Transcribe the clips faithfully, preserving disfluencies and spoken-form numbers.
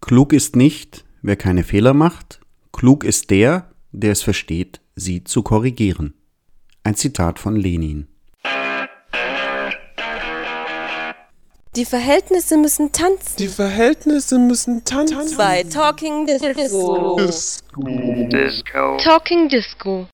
Klug ist nicht, wer keine Fehler macht, klug ist der, der es versteht, sie zu korrigieren. Ein Zitat von Lenin. Die Verhältnisse müssen tanzen. Die Verhältnisse müssen tanzen. Bei Talking Disco. Disco. Talking Disco.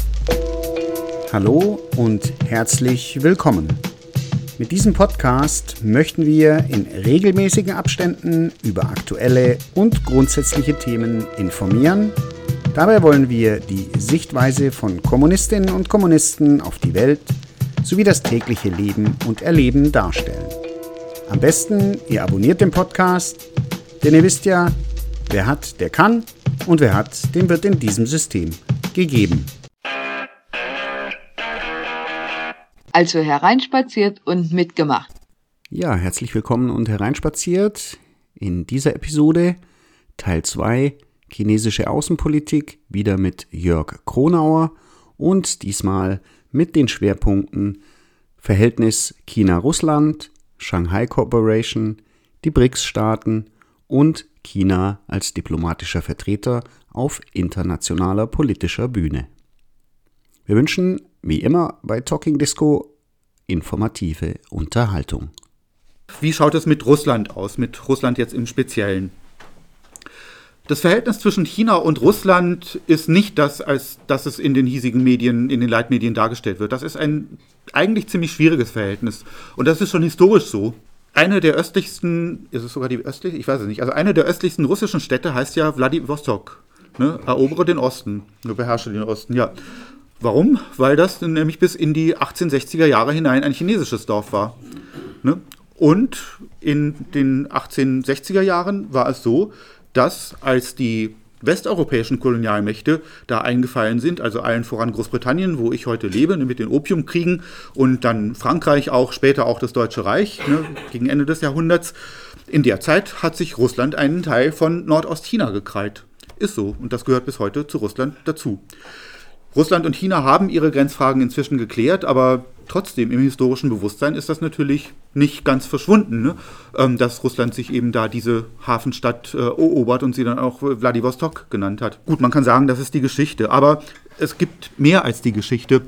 Hallo und herzlich willkommen. Mit diesem Podcast möchten wir in regelmäßigen Abständen über aktuelle und grundsätzliche Themen informieren. Dabei wollen wir die Sichtweise von Kommunistinnen und Kommunisten auf die Welt sowie das tägliche Leben und Erleben darstellen. Am besten, ihr abonniert den Podcast, denn ihr wisst ja, wer hat, der kann und wer hat, dem wird in diesem System gegeben. Also hereinspaziert und mitgemacht. Ja, herzlich willkommen und hereinspaziert in dieser Episode, Teil zwei, chinesische Außenpolitik, wieder mit Jörg Kronauer und diesmal mit den Schwerpunkten Verhältnis China-Russland, Shanghai Cooperation, die B R I C S-Staaten und China als diplomatischer Vertreter auf internationaler politischer Bühne. Wir wünschen, wie immer bei Talking Disco, informative Unterhaltung. Wie schaut es mit Russland aus, mit Russland jetzt im Speziellen? Das Verhältnis zwischen China und Russland ist nicht das, als das es in den hiesigen Medien, in den Leitmedien dargestellt wird. Das ist ein eigentlich ziemlich schwieriges Verhältnis. Und das ist schon historisch so. Eine der östlichsten, ist es sogar die östlichste? Ich weiß es nicht. Also eine der östlichsten russischen Städte heißt ja Wladiwostok. Ne? Erobere den Osten, nur beherrsche den Osten, ja. Warum? Weil das nämlich bis in die achtzehnhundertsechziger Jahre hinein ein chinesisches Dorf war. Ne? Und in den achtzehnhundertsechziger Jahren war es so, dass als die westeuropäischen Kolonialmächte da eingefallen sind, also allen voran Großbritannien, wo ich heute lebe, mit den Opiumkriegen und dann Frankreich auch, später auch das Deutsche Reich, ne, gegen Ende des Jahrhunderts. In der Zeit hat sich Russland einen Teil von Nordostchina gekrallt. Ist so und das gehört bis heute zu Russland dazu. Russland und China haben ihre Grenzfragen inzwischen geklärt, aber trotzdem im historischen Bewusstsein ist das natürlich nicht ganz verschwunden, ne? ähm, dass Russland sich eben da diese Hafenstadt äh, erobert und sie dann auch Wladiwostok genannt hat. Gut, man kann sagen, das ist die Geschichte, aber es gibt mehr als die Geschichte.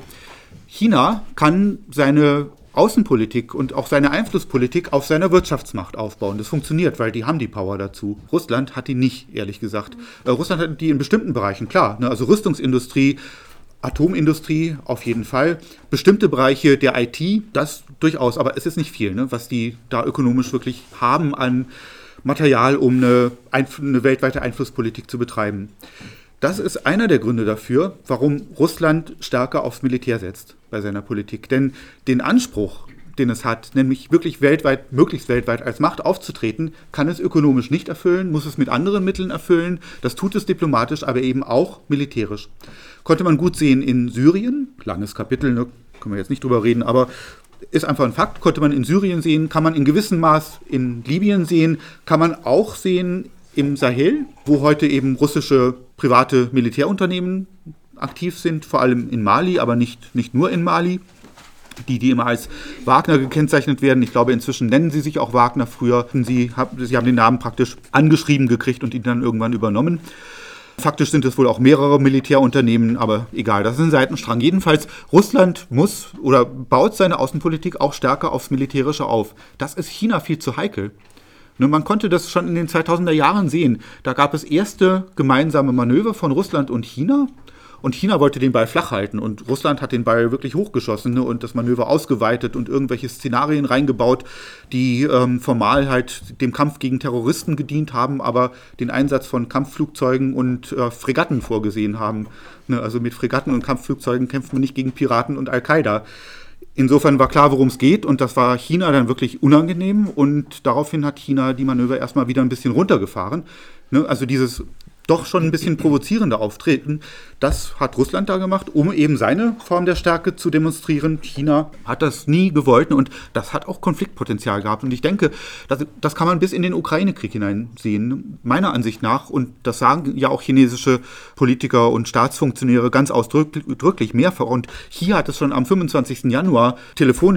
China kann seine Außenpolitik und auch seine Einflusspolitik auf seiner Wirtschaftsmacht aufbauen. Das funktioniert, weil die haben die Power dazu. Russland hat die nicht, ehrlich gesagt. Äh, Russland hat die in bestimmten Bereichen, klar, ne? Also Rüstungsindustrie, Atomindustrie auf jeden Fall, bestimmte Bereiche der I T, das durchaus, aber es ist nicht viel, ne, was die da ökonomisch wirklich haben an Material, um eine, eine weltweite Einflusspolitik zu betreiben. Das ist einer der Gründe dafür, warum Russland stärker aufs Militär setzt bei seiner Politik. Denn den Anspruch, den es hat, nämlich wirklich weltweit, möglichst weltweit als Macht aufzutreten, kann es ökonomisch nicht erfüllen, muss es mit anderen Mitteln erfüllen. Das tut es diplomatisch, aber eben auch militärisch. Konnte man gut sehen in Syrien, langes Kapitel, ne, können wir jetzt nicht drüber reden, aber ist einfach ein Fakt, konnte man in Syrien sehen, kann man in gewissem Maß in Libyen sehen, kann man auch sehen im Sahel, wo heute eben russische private Militärunternehmen aktiv sind, vor allem in Mali, aber nicht, nicht nur in Mali. Die, die immer als Wagner gekennzeichnet werden. Ich glaube, inzwischen nennen sie sich auch Wagner. Früher, sie, sie haben den Namen praktisch angeschrieben gekriegt und ihn dann irgendwann übernommen. Faktisch sind es wohl auch mehrere Militärunternehmen, aber egal, das ist ein Seitenstrang. Jedenfalls, Russland muss oder baut seine Außenpolitik auch stärker aufs Militärische auf. Das ist China viel zu heikel. Nun, man konnte das schon in den zweitausender Jahren sehen. Da gab es erste gemeinsame Manöver von Russland und China. Und China wollte den Ball flach halten und Russland hat den Ball wirklich hochgeschossen, ne, und das Manöver ausgeweitet und irgendwelche Szenarien reingebaut, die ähm, formal halt dem Kampf gegen Terroristen gedient haben, aber den Einsatz von Kampfflugzeugen und äh, Fregatten vorgesehen haben. Ne, also mit Fregatten und Kampfflugzeugen kämpft man nicht gegen Piraten und Al-Qaida. Insofern war klar, worum es geht und das war China dann wirklich unangenehm und daraufhin hat China die Manöver erstmal wieder ein bisschen runtergefahren. Ne, also dieses doch schon ein bisschen provozierender Auftreten. Das hat Russland da gemacht, um eben seine Form der Stärke zu demonstrieren. China hat das nie gewollt und das hat auch Konfliktpotenzial gehabt. Und ich denke, das, das kann man bis in den Ukraine-Krieg hineinsehen, meiner Ansicht nach. Und das sagen ja auch chinesische Politiker und Staatsfunktionäre ganz ausdrücklich mehrfach. Und hier hat es schon am fünfundzwanzigsten Januar telefonisch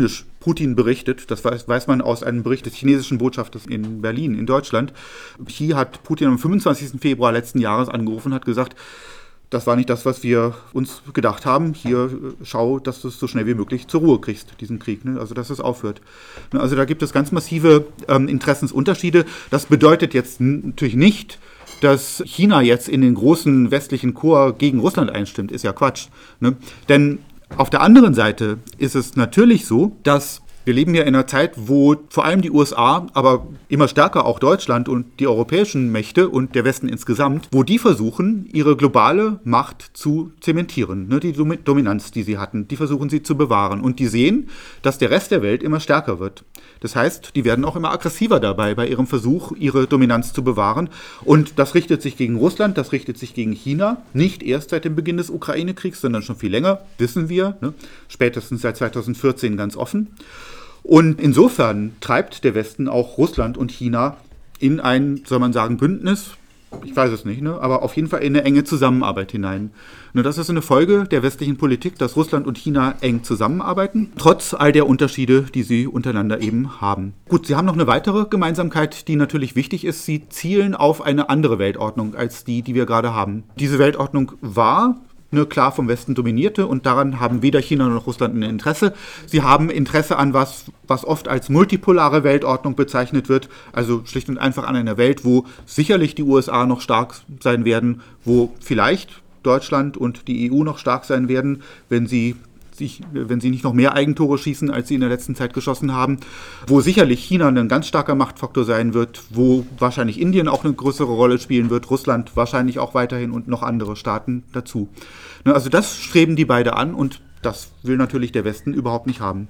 Putin berichtet. Das weiß, weiß man aus einem Bericht des chinesischen Botschafters in Berlin, in Deutschland. Hier hat Putin am fünfundzwanzigsten Februar letzten Jahres angerufen und hat gesagt, das war nicht das, was wir uns gedacht haben. Hier schau, dass du es so schnell wie möglich zur Ruhe kriegst, diesen Krieg. Ne? Also, dass es aufhört. Also, da gibt es ganz massive ähm, Interessensunterschiede. Das bedeutet jetzt n- natürlich nicht, dass China jetzt in den großen westlichen Chor gegen Russland einstimmt. Ist ja Quatsch. Ne? Denn auf der anderen Seite ist es natürlich so, dass wir leben ja in einer Zeit, wo vor allem die U S A, aber immer stärker auch Deutschland und die europäischen Mächte und der Westen insgesamt, wo die versuchen, ihre globale Macht zu zementieren. Ne, die Dominanz, die sie hatten, die versuchen sie zu bewahren. Und die sehen, dass der Rest der Welt immer stärker wird. Das heißt, die werden auch immer aggressiver dabei, bei ihrem Versuch, ihre Dominanz zu bewahren. Und das richtet sich gegen Russland, das richtet sich gegen China. Nicht erst seit dem Beginn des Ukraine-Kriegs, sondern schon viel länger, wissen wir. Ne, spätestens seit zweitausendvierzehn ganz offen. Und insofern treibt der Westen auch Russland und China in ein, soll man sagen, Bündnis, ich weiß es nicht, ne, aber auf jeden Fall in eine enge Zusammenarbeit hinein. Und das ist eine Folge der westlichen Politik, dass Russland und China eng zusammenarbeiten, trotz all der Unterschiede, die sie untereinander eben haben. Gut, sie haben noch eine weitere Gemeinsamkeit, die natürlich wichtig ist. Sie zielen auf eine andere Weltordnung als die, die wir gerade haben. Diese Weltordnung war Ne, klar vom Westen dominierte und daran haben weder China noch Russland ein Interesse. Sie haben Interesse an was, was oft als multipolare Weltordnung bezeichnet wird, also schlicht und einfach an einer Welt, wo sicherlich die U S A noch stark sein werden, wo vielleicht Deutschland und die E U noch stark sein werden, wenn sie sich, wenn sie nicht noch mehr Eigentore schießen, als sie in der letzten Zeit geschossen haben, wo sicherlich China ein ganz starker Machtfaktor sein wird, wo wahrscheinlich Indien auch eine größere Rolle spielen wird, Russland wahrscheinlich auch weiterhin und noch andere Staaten dazu. Also das streben die beide an und das will natürlich der Westen überhaupt nicht haben.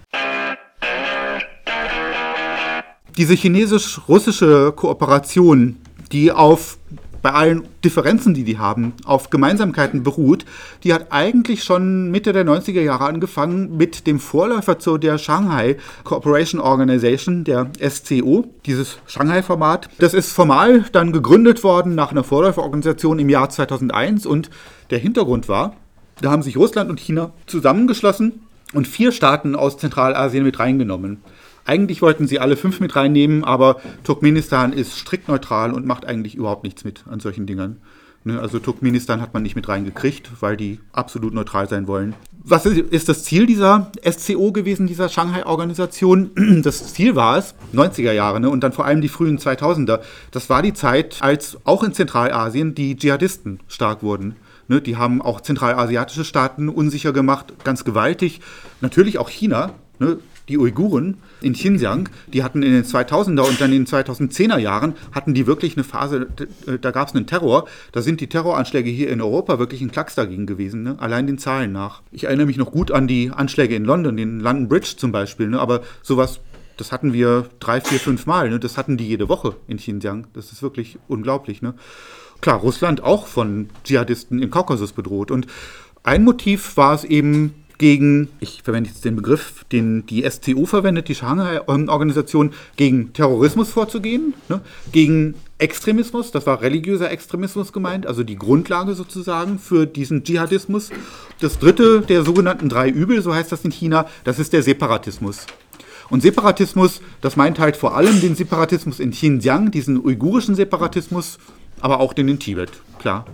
Diese chinesisch-russische Kooperation, die auf bei allen Differenzen, die die haben, auf Gemeinsamkeiten beruht, die hat eigentlich schon Mitte der neunziger Jahre angefangen mit dem Vorläufer zu der Shanghai Cooperation Organization, der S C O, dieses Shanghai-Format. Das ist formal dann gegründet worden nach einer Vorläuferorganisation im Jahr zweitausendeins und der Hintergrund war, da haben sich Russland und China zusammengeschlossen und vier Staaten aus Zentralasien mit reingenommen. Eigentlich wollten sie alle fünf mit reinnehmen, aber Turkmenistan ist strikt neutral und macht eigentlich überhaupt nichts mit an solchen Dingern. Also Turkmenistan hat man nicht mit reingekriegt, weil die absolut neutral sein wollen. Was ist das Ziel dieser S C O gewesen, dieser Shanghai-Organisation? Das Ziel war es, neunziger Jahre, ne, und dann vor allem die frühen zweitausender. Das war die Zeit, als auch in Zentralasien die Dschihadisten stark wurden. Ne, die haben auch zentralasiatische Staaten unsicher gemacht, ganz gewaltig. Natürlich auch China, ne, die Uiguren in Xinjiang, die hatten in den zweitausender und dann in den zweitausendzehner Jahren, hatten die wirklich eine Phase, da gab es einen Terror, da sind die Terroranschläge hier in Europa wirklich ein Klacks dagegen gewesen, ne? Allein den Zahlen nach. Ich erinnere mich noch gut an die Anschläge in London, den London Bridge zum Beispiel, ne? Aber sowas, das hatten wir drei, vier, fünf Mal, ne? Das hatten die jede Woche in Xinjiang, das ist wirklich unglaublich, ne? Klar, Russland auch von Dschihadisten im Kaukasus bedroht und ein Motiv war es eben, gegen, ich verwende jetzt den Begriff, den die S C O verwendet, die Shanghai-Organisation, gegen Terrorismus vorzugehen, ne? Gegen Extremismus, das war religiöser Extremismus gemeint, also die Grundlage sozusagen für diesen Dschihadismus. Das dritte der sogenannten drei Übel, so heißt das in China, das ist der Separatismus. Und Separatismus, das meint halt vor allem den Separatismus in Xinjiang, diesen uigurischen Separatismus, aber auch den in Tibet, klar.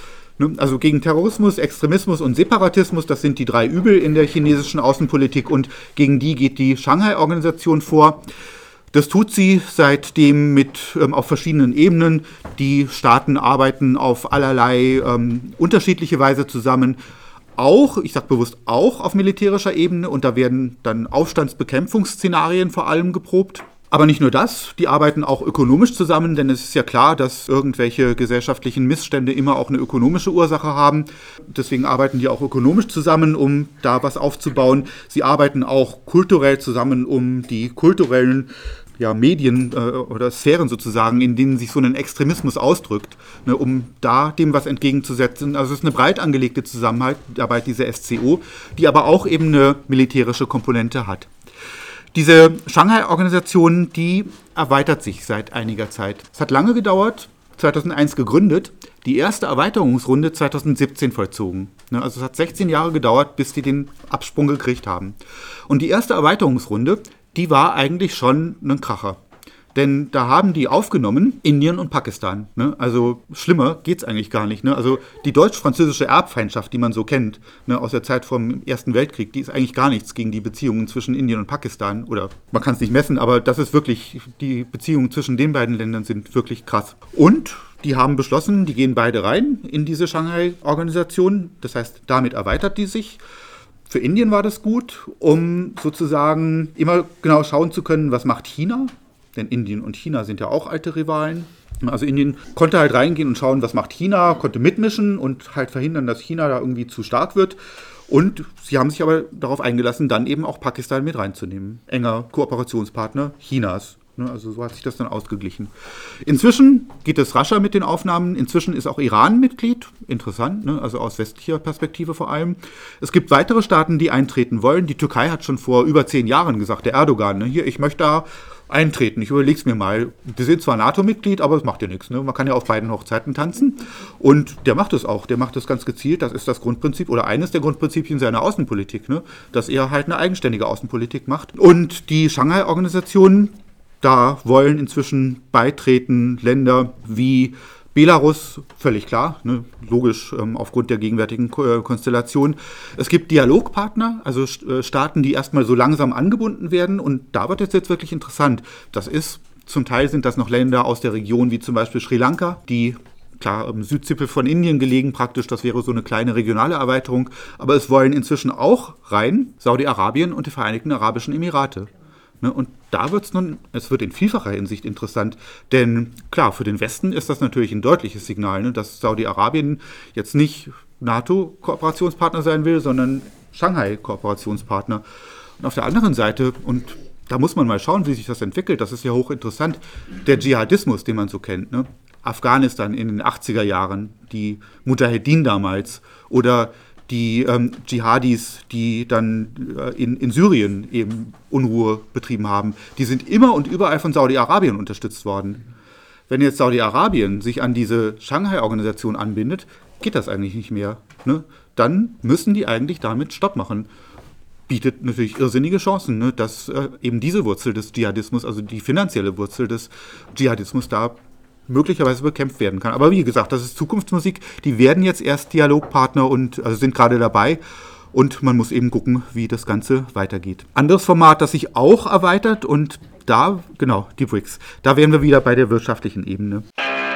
Also gegen Terrorismus, Extremismus und Separatismus, das sind die drei Übel in der chinesischen Außenpolitik und gegen die geht die Shanghai-Organisation vor. Das tut sie seitdem mit ähm, auf verschiedenen Ebenen. Die Staaten arbeiten auf allerlei ähm, unterschiedliche Weise zusammen. Auch, ich sage bewusst auch auf militärischer Ebene und da werden dann Aufstandsbekämpfungsszenarien vor allem geprobt. Aber nicht nur das, die arbeiten auch ökonomisch zusammen, denn es ist ja klar, dass irgendwelche gesellschaftlichen Missstände immer auch eine ökonomische Ursache haben. Deswegen arbeiten die auch ökonomisch zusammen, um da was aufzubauen. Sie arbeiten auch kulturell zusammen, um die kulturellen ja, Medien äh, oder Sphären sozusagen, in denen sich so ein Extremismus ausdrückt, ne, um da dem was entgegenzusetzen. Also es ist eine breit angelegte Zusammenarbeit, diese S C O, die aber auch eben eine militärische Komponente hat. Diese Shanghai-Organisation, die erweitert sich seit einiger Zeit. Es hat lange gedauert, zweitausendeins gegründet. die erste Erweiterungsrunde zweitausendsiebzehn vollzogen. Also es hat sechzehn Jahre gedauert, bis die den Absprung gekriegt haben. Und die erste Erweiterungsrunde, die war eigentlich schon ein Kracher. Denn da haben die aufgenommen Indien und Pakistan. Ne? Also schlimmer geht's eigentlich gar nicht. Ne? Also die deutsch-französische Erbfeindschaft, die man so kennt, ne, aus der Zeit vom Ersten Weltkrieg, die ist eigentlich gar nichts gegen die Beziehungen zwischen Indien und Pakistan. Oder man kann es nicht messen, aber das ist wirklich, die Beziehungen zwischen den beiden Ländern sind wirklich krass. Und die haben beschlossen, die gehen beide rein in diese Shanghai-Organisation. Das heißt, damit erweitert die sich. Für Indien war das gut, um sozusagen immer genau schauen zu können, was macht China. Denn Indien und China sind ja auch alte Rivalen. Also Indien konnte halt reingehen und schauen, was macht China, konnte mitmischen und halt verhindern, dass China da irgendwie zu stark wird. Und sie haben sich aber darauf eingelassen, dann eben auch Pakistan mit reinzunehmen. Enger Kooperationspartner Chinas. Also so hat sich das dann ausgeglichen. Inzwischen geht es rascher mit den Aufnahmen. Inzwischen ist auch Iran Mitglied. Interessant, ne? Also aus westlicher Perspektive vor allem. Es gibt weitere Staaten, die eintreten wollen. Die Türkei hat schon vor über zehn Jahren gesagt, der Erdogan, ne? Hier, ich möchte da eintreten. Ich überlege es mir mal. Wir sind zwar NATO-Mitglied, aber es macht ja nichts. Ne? Man kann ja auf beiden Hochzeiten tanzen. Und der macht es auch. Der macht es ganz gezielt. Das ist das Grundprinzip oder eines der Grundprinzipien seiner Außenpolitik, ne? Dass er halt eine eigenständige Außenpolitik macht. Und die Shanghai-Organisation, da wollen inzwischen beitreten Länder wie Belarus, völlig klar, ne, logisch ähm, aufgrund der gegenwärtigen Ko- Konstellation. Es gibt Dialogpartner, also äh, Staaten, die erstmal so langsam angebunden werden. Und da wird es jetzt wirklich interessant. Das ist, zum Teil sind das noch Länder aus der Region, wie zum Beispiel Sri Lanka, die, klar, am Südzipfel von Indien gelegen praktisch, das wäre so eine kleine regionale Erweiterung. Aber es wollen inzwischen auch rein Saudi-Arabien und die Vereinigten Arabischen Emirate. Und da wird es nun, es wird in vielfacher Hinsicht interessant, denn klar, für den Westen ist das natürlich ein deutliches Signal, ne, dass Saudi-Arabien jetzt nicht NATO-Kooperationspartner sein will, sondern Shanghai-Kooperationspartner. Und auf der anderen Seite, und da muss man mal schauen, wie sich das entwickelt, das ist ja hochinteressant, der Dschihadismus, den man so kennt, ne? Afghanistan in den achtziger Jahren, die Mujahedin damals oder die ähm, Dschihadis, die dann äh, in, in Syrien eben Unruhe betrieben haben, die sind immer und überall von Saudi-Arabien unterstützt worden. Wenn jetzt Saudi-Arabien sich an diese Shanghai-Organisation anbindet, geht das eigentlich nicht mehr. Ne? Dann müssen die eigentlich damit Stopp machen. Bietet natürlich irrsinnige Chancen, ne? Dass äh, eben diese Wurzel des Dschihadismus, also die finanzielle Wurzel des Dschihadismus da möglicherweise bekämpft werden kann. Aber wie gesagt, das ist Zukunftsmusik. Die werden jetzt erst Dialogpartner und also sind gerade dabei. Und man muss eben gucken, wie das Ganze weitergeht. Anderes Format, das sich auch erweitert und da, genau, die B R I C S. Da wären wir wieder bei der wirtschaftlichen Ebene.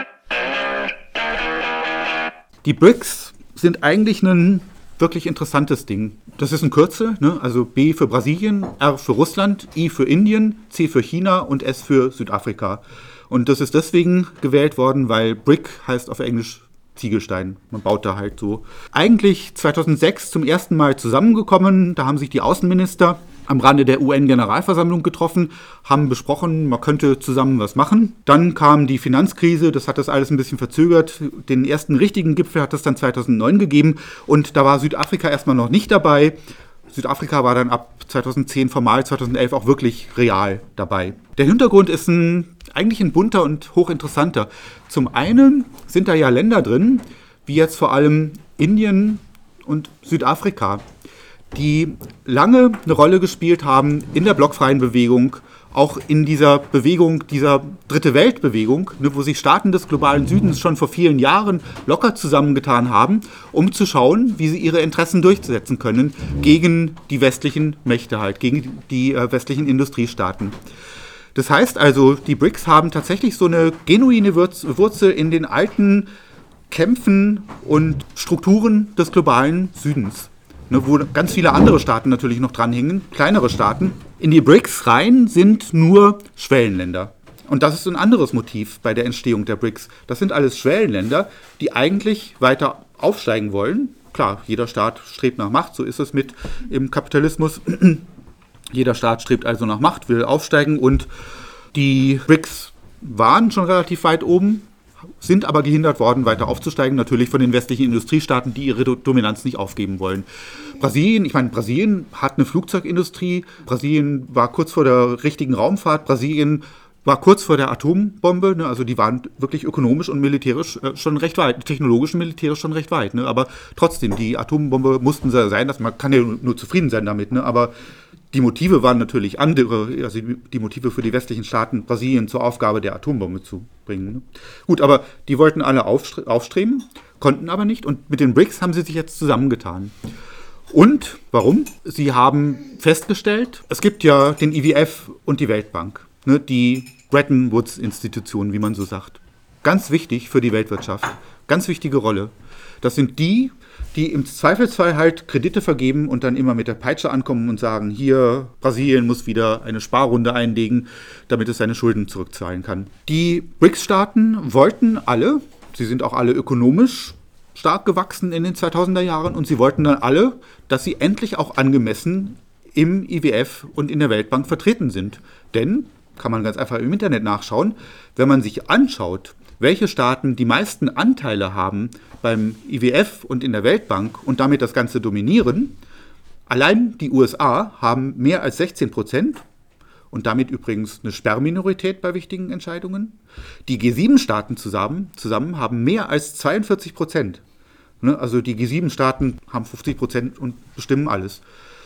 Die B R I C S sind eigentlich ein wirklich interessantes Ding. Das ist ein Kürzel, ne? Also B für Brasilien, R für Russland, I für Indien, C für China und S für Südafrika. Und das ist deswegen gewählt worden, weil B R I C heißt auf Englisch Ziegelstein. Man baut da halt so. Eigentlich zweitausendsechs zum ersten Mal zusammengekommen. Da haben sich die Außenminister am Rande der U N-Generalversammlung getroffen, haben besprochen, man könnte zusammen was machen. Dann kam die Finanzkrise, das hat das alles ein bisschen verzögert. Den ersten richtigen Gipfel hat es dann zweitausendneun gegeben und da war Südafrika erstmal noch nicht dabei. Südafrika war dann ab zweitausendzehn formal, zweitausendelf auch wirklich real dabei. Der Hintergrund ist ein, eigentlich ein bunter und hochinteressanter. Zum einen sind da ja Länder drin, wie jetzt vor allem Indien und Südafrika, die lange eine Rolle gespielt haben in der blockfreien Bewegung, auch in dieser Bewegung, dieser Dritte Weltbewegung, ne, wo sich Staaten des globalen Südens schon vor vielen Jahren locker zusammengetan haben, um zu schauen, wie sie ihre Interessen durchsetzen können gegen die westlichen Mächte halt, gegen die äh, westlichen Industriestaaten. Das heißt also, die B R I C S haben tatsächlich so eine genuine Wurzel in den alten Kämpfen und Strukturen des globalen Südens. Ne, wo ganz viele andere Staaten natürlich noch dranhängen, kleinere Staaten. In die B R I C S rein sind nur Schwellenländer. Und das ist ein anderes Motiv bei der Entstehung der B R I C S. Das sind alles Schwellenländer, die eigentlich weiter aufsteigen wollen. Klar, jeder Staat strebt nach Macht, so ist es mit im Kapitalismus. Jeder Staat strebt also nach Macht, will aufsteigen und die B R I C S waren schon relativ weit oben, sind aber gehindert worden, weiter aufzusteigen, natürlich von den westlichen Industriestaaten, die ihre Do- Dominanz nicht aufgeben wollen. Brasilien, ich meine, Brasilien hat eine Flugzeugindustrie, Brasilien war kurz vor der richtigen Raumfahrt, Brasilien war kurz vor der Atombombe, ne? Also die waren wirklich ökonomisch und militärisch äh, schon recht weit, technologisch und militärisch schon recht weit. Ne? Aber trotzdem, die Atombombe mussten sie sein, dass man kann ja nur zufrieden sein damit. Ne? Aber die Motive waren natürlich andere, also die Motive für die westlichen Staaten, Brasilien zur Aufgabe der Atombombe zu bringen. Ne? Gut, aber die wollten alle aufstre- aufstreben, konnten aber nicht. Und mit den B R I C S haben sie sich jetzt zusammengetan. Und warum? Sie haben festgestellt, es gibt ja den I W F und die Weltbank, ne, die Bretton Woods-Institutionen, wie man so sagt. Ganz wichtig für die Weltwirtschaft, ganz wichtige Rolle. Das sind die, die im Zweifelsfall halt Kredite vergeben und dann immer mit der Peitsche ankommen und sagen, hier, Brasilien muss wieder eine Sparrunde einlegen, damit es seine Schulden zurückzahlen kann. Die B R I C S-Staaten wollten alle, sie sind auch alle ökonomisch stark gewachsen in den zweitausender Jahren und sie wollten dann alle, dass sie endlich auch angemessen im I W F und in der Weltbank vertreten sind. Denn, kann man ganz einfach im Internet nachschauen, wenn man sich anschaut, welche Staaten die meisten Anteile haben beim I W F und in der Weltbank und damit das Ganze dominieren, allein die U S A haben mehr als sechzehn Prozent und damit übrigens eine Sperrminorität bei wichtigen Entscheidungen. Die G sieben Staaten zusammen, zusammen haben mehr als zweiundvierzig Prozent. Ne, also die G sieben Staaten haben fünfzig Prozent und bestimmen alles.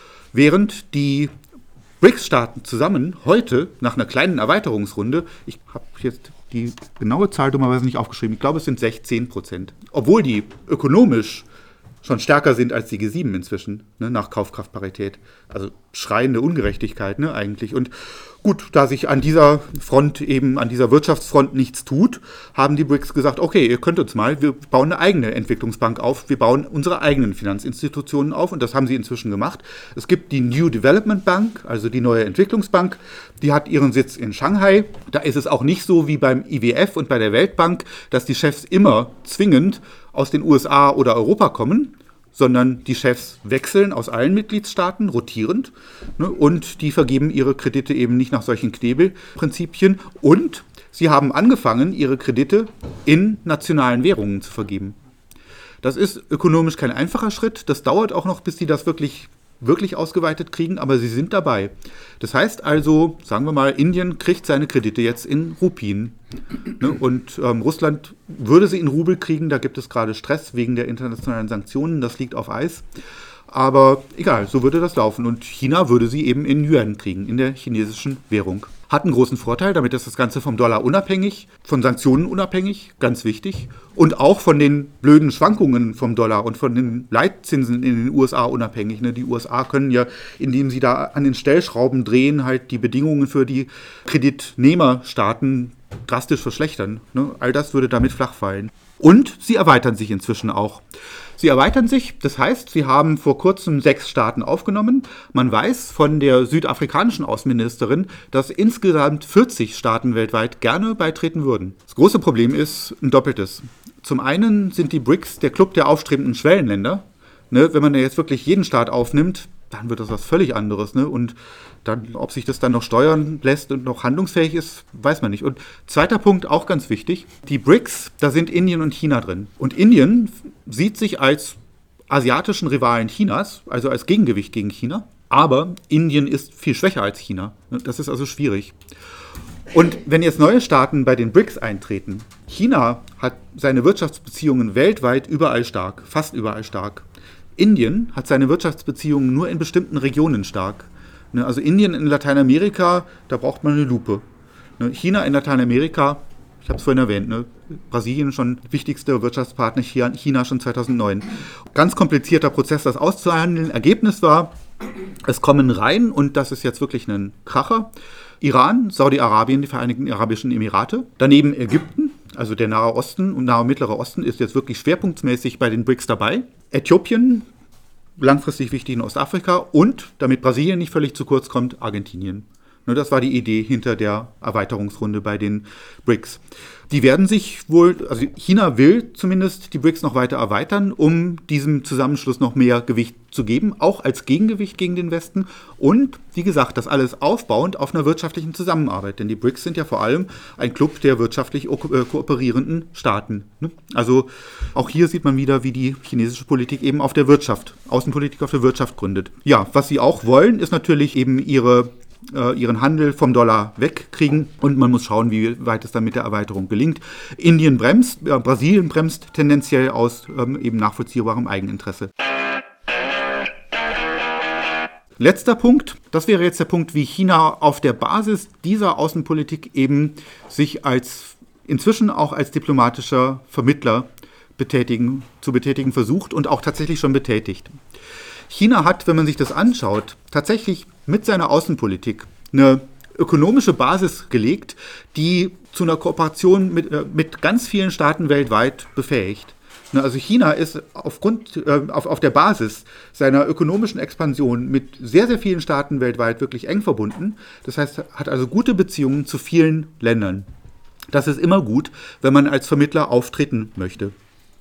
Während die B R I C S-Staaten zusammen heute nach einer kleinen Erweiterungsrunde, ich habe jetzt die genaue Zahl dummerweise nicht aufgeschrieben, ich glaube es sind sechzehn Prozent. Obwohl die ökonomisch schon stärker sind als die G sieben inzwischen, ne, nach Kaufkraftparität. Also schreiende Ungerechtigkeit, ne, eigentlich. Und gut, da sich an dieser Front eben, an dieser Wirtschaftsfront nichts tut, haben die B R I C S gesagt, okay, ihr könnt uns mal, wir bauen eine eigene Entwicklungsbank auf, wir bauen unsere eigenen Finanzinstitutionen auf und das haben sie inzwischen gemacht. Es gibt die New Development Bank, also die neue Entwicklungsbank, die hat ihren Sitz in Shanghai. Da ist es auch nicht so wie beim I W F und bei der Weltbank, dass die Chefs immer zwingend aus den U S A oder Europa kommen, sondern die Chefs wechseln aus allen Mitgliedstaaten, rotierend, ne, und die vergeben ihre Kredite eben nicht nach solchen Knebelprinzipien. Und sie haben angefangen, ihre Kredite in nationalen Währungen zu vergeben. Das ist ökonomisch kein einfacher Schritt. Das dauert auch noch, bis sie das wirklich, wirklich ausgeweitet kriegen, aber sie sind dabei. Das heißt also, sagen wir mal, Indien kriegt seine Kredite jetzt in Rupien. Ne, und ähm, Russland würde sie in Rubel kriegen, da gibt es gerade Stress wegen der internationalen Sanktionen, das liegt auf Eis. Aber egal, so würde das laufen. Und China würde sie eben in Yuan kriegen, in der chinesischen Währung. Hat einen großen Vorteil, damit ist das Ganze vom Dollar unabhängig, von Sanktionen unabhängig, ganz wichtig. Und auch von den blöden Schwankungen vom Dollar und von den Leitzinsen in den U S A unabhängig. Ne? Die U S A können ja, indem sie da an den Stellschrauben drehen, halt die Bedingungen für die Kreditnehmerstaaten drastisch verschlechtern. Ne? All das würde damit flach fallen. Und sie erweitern sich inzwischen auch. Sie erweitern sich, das heißt, sie haben vor kurzem sechs Staaten aufgenommen. Man weiß von der südafrikanischen Außenministerin, dass insgesamt vierzig Staaten weltweit gerne beitreten würden. Das große Problem ist ein doppeltes. Zum einen sind die B R I C S der Club der aufstrebenden Schwellenländer. Ne, wenn man ja jetzt wirklich jeden Staat aufnimmt, dann wird das was völlig anderes. Ne? Und dann, ob sich das dann noch steuern lässt und noch handlungsfähig ist, weiß man nicht. Und zweiter Punkt, auch ganz wichtig, die B R I C S, da sind Indien und China drin. Und Indien sieht sich als asiatischen Rivalen Chinas, also als Gegengewicht gegen China. Aber Indien ist viel schwächer als China. Das ist also schwierig. Und wenn jetzt neue Staaten bei den B R I C S eintreten, China hat seine Wirtschaftsbeziehungen weltweit überall stark, fast überall stark. Indien hat seine Wirtschaftsbeziehungen nur in bestimmten Regionen stark. Also Indien in Lateinamerika, da braucht man eine Lupe. China in Lateinamerika, ich habe es vorhin erwähnt, ne? Brasilien schon wichtigster Wirtschaftspartner, China schon zweitausendneun. Ganz komplizierter Prozess, das auszuhandeln. Ergebnis war, es kommen rein, und das ist jetzt wirklich ein Kracher, Iran, Saudi-Arabien, die Vereinigten Arabischen Emirate, daneben Ägypten, also der Nahe Osten und Nahe Mittlerer Osten ist jetzt wirklich schwerpunktmäßig bei den B R I C S dabei. Äthiopien, langfristig wichtig in Ostafrika, und, damit Brasilien nicht völlig zu kurz kommt, Argentinien. Das war die Idee hinter der Erweiterungsrunde bei den B R I C S. Die werden sich wohl, also China will zumindest die B R I C S noch weiter erweitern, um diesem Zusammenschluss noch mehr Gewicht zu geben, auch als Gegengewicht gegen den Westen. Und, wie gesagt, das alles aufbauend auf einer wirtschaftlichen Zusammenarbeit. Denn die B R I C S sind ja vor allem ein Club der wirtschaftlich kooperierenden Staaten. Also auch hier sieht man wieder, wie die chinesische Politik eben auf der Wirtschaft, Außenpolitik auf der Wirtschaft gründet. Ja, was sie auch wollen, ist natürlich eben ihre äh, ihren Handel vom Dollar wegkriegen und man muss schauen, wie weit es dann mit der Erweiterung gelingt. Indien bremst, äh, Brasilien bremst tendenziell aus ähm, eben nachvollziehbarem Eigeninteresse. Letzter Punkt, das wäre jetzt der Punkt, wie China auf der Basis dieser Außenpolitik eben sich als inzwischen auch als diplomatischer Vermittler betätigen, zu betätigen versucht und auch tatsächlich schon betätigt. China hat, wenn man sich das anschaut, tatsächlich mit seiner Außenpolitik eine ökonomische Basis gelegt, die zu einer Kooperation mit, äh, mit ganz vielen Staaten weltweit befähigt. Also China ist aufgrund, äh, auf, auf der Basis seiner ökonomischen Expansion mit sehr, sehr vielen Staaten weltweit wirklich eng verbunden. Das heißt, hat also gute Beziehungen zu vielen Ländern. Das ist immer gut, wenn man als Vermittler auftreten möchte.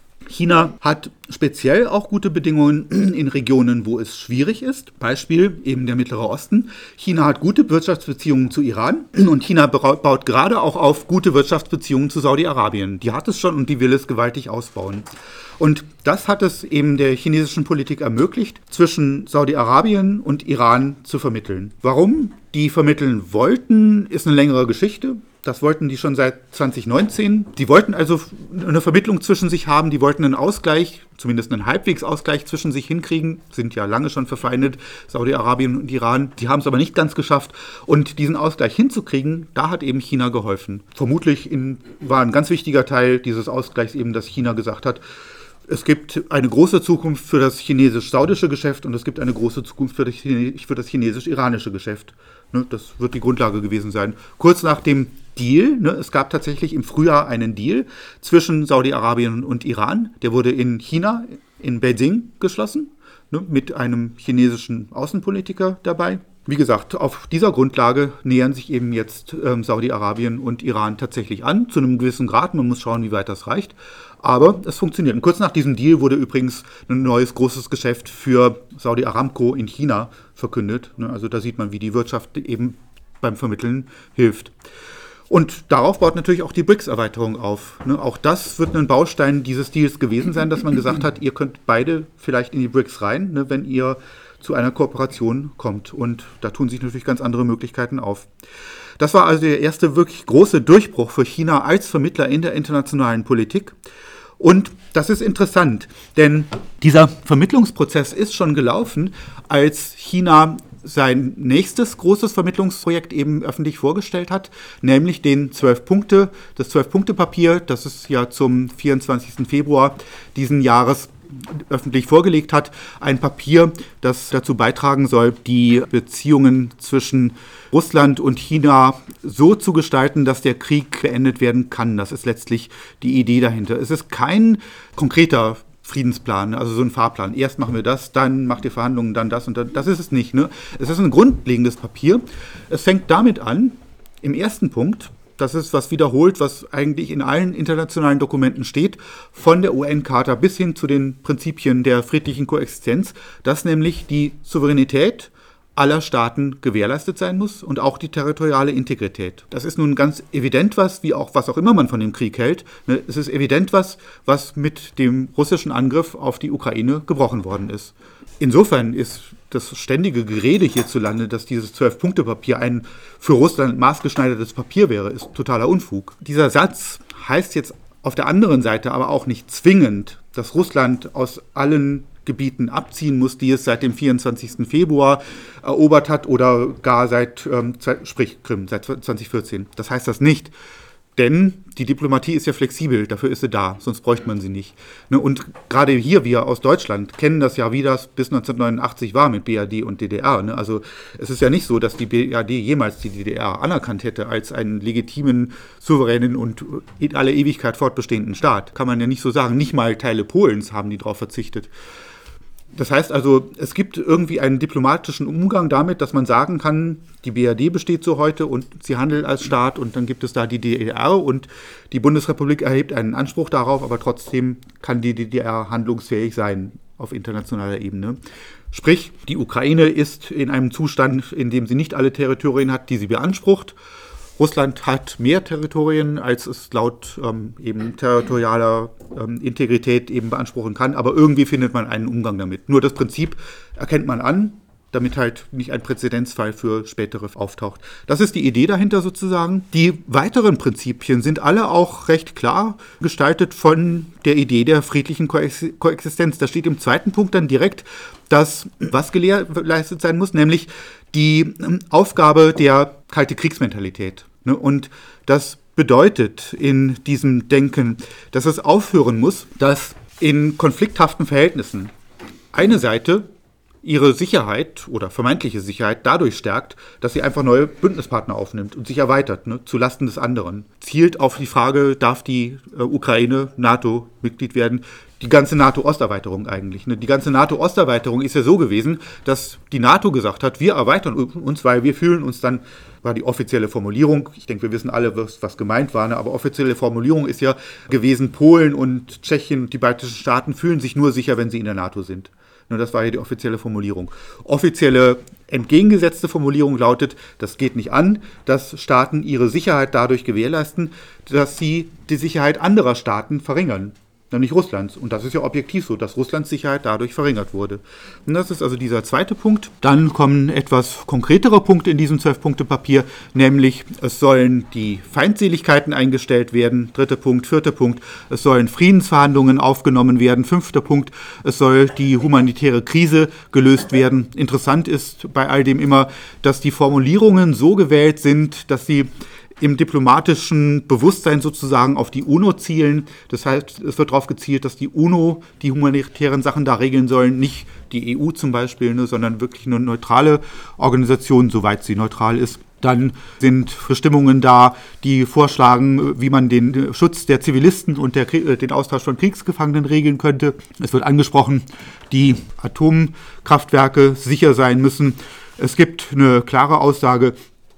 China hat speziell auch gute Bedingungen in Regionen, wo es schwierig ist. Beispiel eben der Mittlere Osten. China hat gute Wirtschaftsbeziehungen zu Iran und China baut gerade auch auf gute Wirtschaftsbeziehungen zu Saudi-Arabien. Die hat es schon und die will es gewaltig ausbauen. Und das hat es eben der chinesischen Politik ermöglicht, zwischen Saudi-Arabien und Iran zu vermitteln. Warum die vermitteln wollten, ist eine längere Geschichte. Das wollten die schon seit zwanzig neunzehn. Die wollten also eine Vermittlung zwischen sich haben, die wollten einen Ausgleich, zumindest einen Halbwegs-Ausgleich zwischen sich hinkriegen, sind ja lange schon verfeindet, Saudi-Arabien und Iran. Die haben es aber nicht ganz geschafft. Und diesen Ausgleich hinzukriegen, da hat eben China geholfen. Vermutlich in, war ein ganz wichtiger Teil dieses Ausgleichs eben, dass China gesagt hat, es gibt eine große Zukunft für das chinesisch-saudische Geschäft und es gibt eine große Zukunft für das, Chine- für das chinesisch-iranische Geschäft. Ne, das wird die Grundlage gewesen sein. Kurz nach dem Deal, ne, es gab tatsächlich im Frühjahr einen Deal zwischen Saudi-Arabien und Iran. Der wurde in China, in Beijing geschlossen, ne, mit einem chinesischen Außenpolitiker dabei. Wie gesagt, auf dieser Grundlage nähern sich eben jetzt ähm, Saudi-Arabien und Iran tatsächlich an, zu einem gewissen Grad. Man muss schauen, wie weit das reicht. Aber es funktioniert. Und kurz nach diesem Deal wurde übrigens ein neues großes Geschäft für Saudi Aramco in China verkündet. Also da sieht man, wie die Wirtschaft eben beim Vermitteln hilft. Und darauf baut natürlich auch die B R I C S-Erweiterung auf. Auch das wird ein Baustein dieses Deals gewesen sein, dass man gesagt hat, ihr könnt beide vielleicht in die B R I C S rein, wenn ihr zu einer Kooperation kommt. Und da tun sich natürlich ganz andere Möglichkeiten auf. Das war also der erste wirklich große Durchbruch für China als Vermittler in der internationalen Politik. Und das ist interessant, denn dieser Vermittlungsprozess ist schon gelaufen, als China sein nächstes großes Vermittlungsprojekt eben öffentlich vorgestellt hat, nämlich den zwölf Punkte, das zwölf-Punkte-Papier, das es ja zum vierundzwanzigsten Februar diesen Jahres öffentlich vorgelegt hat. Ein Papier, das dazu beitragen soll, die Beziehungen zwischen Russland und China so zu gestalten, dass der Krieg beendet werden kann. Das ist letztlich die Idee dahinter. Es ist kein konkreter Friedensplan, also so ein Fahrplan. Erst machen wir das, dann macht ihr Verhandlungen, dann das und dann. Das ist es nicht. Ne? Es ist ein grundlegendes Papier. Es fängt damit an, im ersten Punkt, das ist was wiederholt, was eigentlich in allen internationalen Dokumenten steht, von der U N-Charta bis hin zu den Prinzipien der friedlichen Koexistenz, dass nämlich die Souveränität aller Staaten gewährleistet sein muss und auch die territoriale Integrität. Das ist nun ganz evident was, wie auch was auch immer man von dem Krieg hält. Es ist evident was, was mit dem russischen Angriff auf die Ukraine gebrochen worden ist. Insofern ist das ständige Gerede hierzulande, dass dieses zwölf-Punkte-Papier ein für Russland maßgeschneidertes Papier wäre, ist totaler Unfug. Dieser Satz heißt jetzt auf der anderen Seite aber auch nicht zwingend, dass Russland aus allen Gebieten abziehen muss, die es seit dem vierundzwanzigsten Februar erobert hat oder gar seit, ähm, sprich Krim, seit zwanzig vierzehn. Das heißt das nicht. Denn die Diplomatie ist ja flexibel, dafür ist sie da, sonst bräuchte man sie nicht. Ne, und gerade hier, wir aus Deutschland, kennen das ja, wie das bis neunzehnhundertneunundachtzig war mit B R D und D D R. Ne? Also es ist ja nicht so, dass die B R D jemals die D D R anerkannt hätte als einen legitimen, souveränen und in aller Ewigkeit fortbestehenden Staat. Kann man ja nicht so sagen. Nicht mal Teile Polens haben die darauf verzichtet. Das heißt also, es gibt irgendwie einen diplomatischen Umgang damit, dass man sagen kann, die B R D besteht so heute und sie handelt als Staat und dann gibt es da die D D R und die Bundesrepublik erhebt einen Anspruch darauf, aber trotzdem kann die D D R handlungsfähig sein auf internationaler Ebene. Sprich, die Ukraine ist in einem Zustand, in dem sie nicht alle Territorien hat, die sie beansprucht. Russland hat mehr Territorien, als es laut ähm, eben territorialer ähm, Integrität eben beanspruchen kann, aber irgendwie findet man einen Umgang damit. Nur das Prinzip erkennt man an, damit halt nicht ein Präzedenzfall für spätere auftaucht. Das ist die Idee dahinter sozusagen. Die weiteren Prinzipien sind alle auch recht klar gestaltet von der Idee der friedlichen Koex- Koexistenz. Da steht im zweiten Punkt dann direkt, dass was geleistet sein muss, nämlich die Aufgabe der kalte Kriegsmentalität. Und das bedeutet in diesem Denken, dass es aufhören muss, dass in konflikthaften Verhältnissen eine Seite ihre Sicherheit oder vermeintliche Sicherheit dadurch stärkt, dass sie einfach neue Bündnispartner aufnimmt und sich erweitert, ne, zulasten des anderen. Zielt auf die Frage, darf die äh, Ukraine NATO-Mitglied werden? Die ganze NATO-Osterweiterung eigentlich. Ne? Die ganze NATO-Osterweiterung ist ja so gewesen, dass die NATO gesagt hat, wir erweitern uns, weil wir fühlen uns dann, war die offizielle Formulierung, ich denke, wir wissen alle, was, was gemeint war, ne? Aber offizielle Formulierung ist ja gewesen, Polen und Tschechien und die baltischen Staaten fühlen sich nur sicher, wenn sie in der NATO sind. Das war ja die offizielle Formulierung. Offizielle entgegengesetzte Formulierung lautet, das geht nicht an, dass Staaten ihre Sicherheit dadurch gewährleisten, dass sie die Sicherheit anderer Staaten verringern, nämlich Russlands. Und das ist ja objektiv so, dass Russlands Sicherheit dadurch verringert wurde. Und das ist also dieser zweite Punkt. Dann kommen etwas konkretere Punkte in diesem zwölf-Punkte-Papier, nämlich es sollen die Feindseligkeiten eingestellt werden. Dritter Punkt. Vierter Punkt. Es sollen Friedensverhandlungen aufgenommen werden. Fünfter Punkt. Es soll die humanitäre Krise gelöst werden. Interessant ist bei all dem immer, dass die Formulierungen so gewählt sind, dass sie im diplomatischen Bewusstsein sozusagen auf die UNO zielen. Das heißt, es wird darauf gezielt, dass die UNO die humanitären Sachen da regeln sollen, nicht die E U zum Beispiel, ne, sondern wirklich eine neutrale Organisation, soweit sie neutral ist. Dann sind Bestimmungen da, die vorschlagen, wie man den Schutz der Zivilisten und der, den Austausch von Kriegsgefangenen regeln könnte. Es wird angesprochen, die Atomkraftwerke sicher sein müssen. Es gibt eine klare Aussage,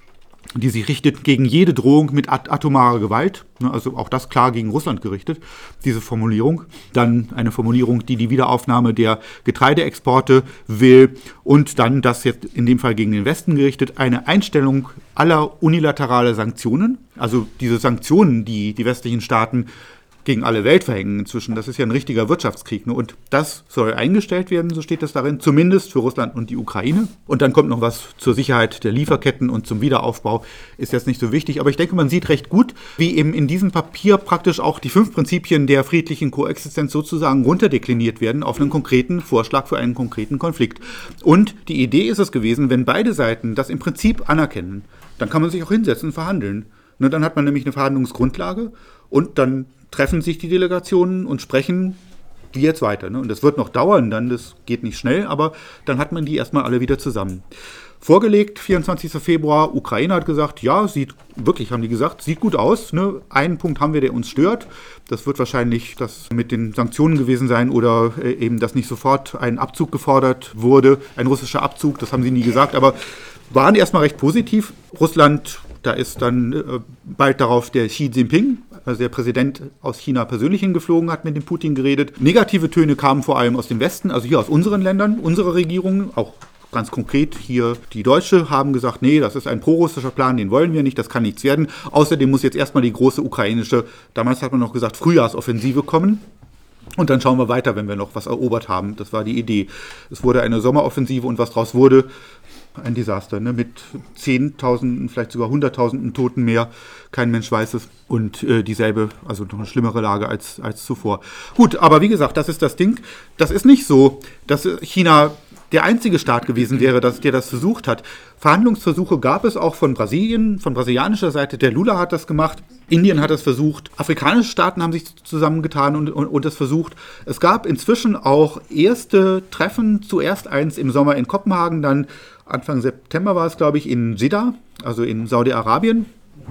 die sich richtet gegen jede Drohung mit at- atomarer Gewalt, also auch das klar gegen Russland gerichtet, diese Formulierung. Dann eine Formulierung, die die Wiederaufnahme der Getreideexporte will und dann das jetzt in dem Fall gegen den Westen gerichtet, eine Einstellung aller unilateraler Sanktionen, also diese Sanktionen, die die westlichen Staaten gegen alle Welt verhängen inzwischen. Das ist ja ein richtiger Wirtschaftskrieg. Ne? Und das soll eingestellt werden, so steht das darin, zumindest für Russland und die Ukraine. Und dann kommt noch was zur Sicherheit der Lieferketten und zum Wiederaufbau. Ist jetzt nicht so wichtig. Aber ich denke, man sieht recht gut, wie eben in diesem Papier praktisch auch die fünf Prinzipien der friedlichen Koexistenz sozusagen runterdekliniert werden auf einen konkreten Vorschlag für einen konkreten Konflikt. Und die Idee ist es gewesen, wenn beide Seiten das im Prinzip anerkennen, dann kann man sich auch hinsetzen und verhandeln. Ne? Dann hat man nämlich eine Verhandlungsgrundlage und dann treffen sich die Delegationen und sprechen, wie jetzt weiter. Ne? Und das wird noch dauern, dann, das geht nicht schnell, aber dann hat man die erstmal alle wieder zusammen. Vorgelegt, vierundzwanzigster Februar, Ukraine hat gesagt, ja, sieht, wirklich haben die gesagt, sieht gut aus. Ne? Einen Punkt haben wir, der uns stört. Das wird wahrscheinlich das mit den Sanktionen gewesen sein oder äh, eben, dass nicht sofort ein Abzug gefordert wurde, ein russischer Abzug, das haben sie nie gesagt, aber waren erstmal recht positiv. Russland, da ist dann äh, bald darauf der Xi Jinping, also der Präsident aus China, persönlich hingeflogen, hat mit dem Putin geredet. Negative Töne kamen vor allem aus dem Westen, also hier aus unseren Ländern, unsere Regierungen, auch ganz konkret hier die Deutsche, haben gesagt, nee, das ist ein prorussischer Plan, den wollen wir nicht, das kann nichts werden. Außerdem muss jetzt erstmal die große ukrainische, damals hat man noch gesagt, Frühjahrsoffensive kommen. Und dann schauen wir weiter, wenn wir noch was erobert haben. Das war die Idee. Es wurde eine Sommeroffensive und was draus wurde, ein Desaster, ne? Mit Zehntausenden, vielleicht sogar Hunderttausenden Toten mehr. Kein Mensch weiß es. Und äh, dieselbe, also noch eine schlimmere Lage als, als zuvor. Gut, aber wie gesagt, das ist das Ding. Das ist nicht so, dass China der einzige Staat gewesen wäre, dass, der das versucht hat. Verhandlungsversuche gab es auch von Brasilien, von brasilianischer Seite. Der Lula hat das gemacht. Indien hat das versucht. Afrikanische Staaten haben sich zusammengetan und, und, und das versucht. Es gab inzwischen auch erste Treffen. Zuerst eins im Sommer in Kopenhagen, dann Anfang September war es, glaube ich, in Jeddah, also in Saudi-Arabien.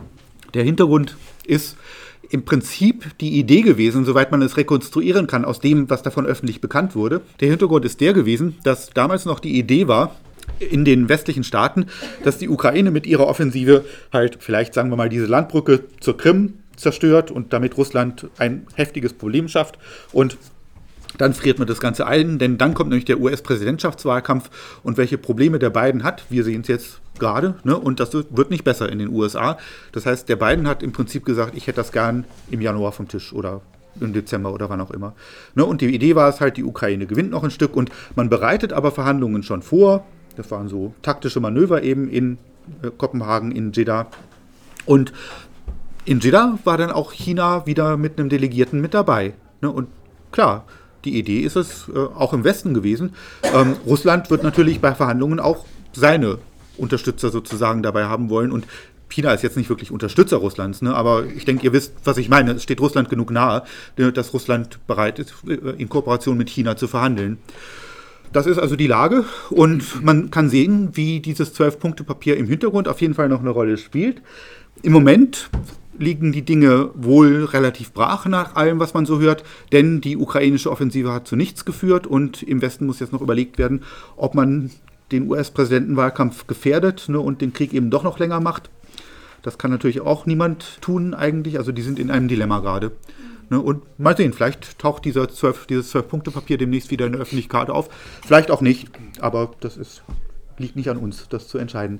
Der Hintergrund ist im Prinzip die Idee gewesen, soweit man es rekonstruieren kann aus dem, was davon öffentlich bekannt wurde. Der Hintergrund ist der gewesen, dass damals noch die Idee war, in den westlichen Staaten, dass die Ukraine mit ihrer Offensive halt vielleicht, sagen wir mal, diese Landbrücke zur Krim zerstört und damit Russland ein heftiges Problem schafft und dann friert man das Ganze ein, denn dann kommt nämlich der U S-Präsidentschaftswahlkampf und welche Probleme der Biden hat, wir sehen es jetzt gerade, ne, und das wird nicht besser in den U S A. Das heißt, der Biden hat im Prinzip gesagt, ich hätte das gern im Januar vom Tisch oder im Dezember oder wann auch immer. Ne, und die Idee war es halt, die Ukraine gewinnt noch ein Stück und man bereitet aber Verhandlungen schon vor. Das waren so taktische Manöver eben in äh, Kopenhagen, in Jeddah. Und in Jeddah war dann auch China wieder mit einem Delegierten mit dabei. Ne? Und klar, die Idee ist es äh, auch im Westen gewesen. Ähm, Russland wird natürlich bei Verhandlungen auch seine Unterstützer sozusagen dabei haben wollen. Und China ist jetzt nicht wirklich Unterstützer Russlands, ne? Aber ich denke, ihr wisst, was ich meine. Es steht Russland genug nahe, dass Russland bereit ist, in Kooperation mit China zu verhandeln. Das ist also die Lage und man kann sehen, wie dieses zwölf-Punkte-Papier im Hintergrund auf jeden Fall noch eine Rolle spielt. Im Moment liegen die Dinge wohl relativ brach nach allem, was man so hört, denn die ukrainische Offensive hat zu nichts geführt und im Westen muss jetzt noch überlegt werden, ob man den U S-Präsidentenwahlkampf gefährdet, ne, und den Krieg eben doch noch länger macht. Das kann natürlich auch niemand tun eigentlich, also die sind in einem Dilemma gerade. Ne, und mal sehen, vielleicht taucht dieser zwölf, dieses zwölf-Punkte-Papier demnächst wieder in der Öffentlichkeit auf. Vielleicht auch nicht, aber das ist, liegt nicht an uns, das zu entscheiden.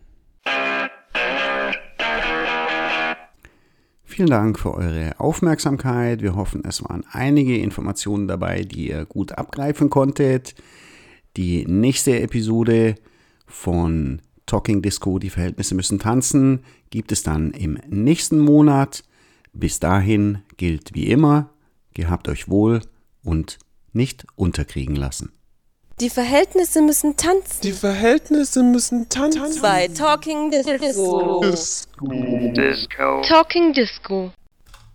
Vielen Dank für eure Aufmerksamkeit. Wir hoffen, es waren einige Informationen dabei, die ihr gut abgreifen konntet. Die nächste Episode von Talking Disco, die Verhältnisse müssen tanzen, gibt es dann im nächsten Monat. Bis dahin gilt wie immer, gehabt euch wohl und nicht unterkriegen lassen. Die Verhältnisse müssen tanzen. Die Verhältnisse müssen tanzen. Bei Talking Disco. Disco. Talking Disco.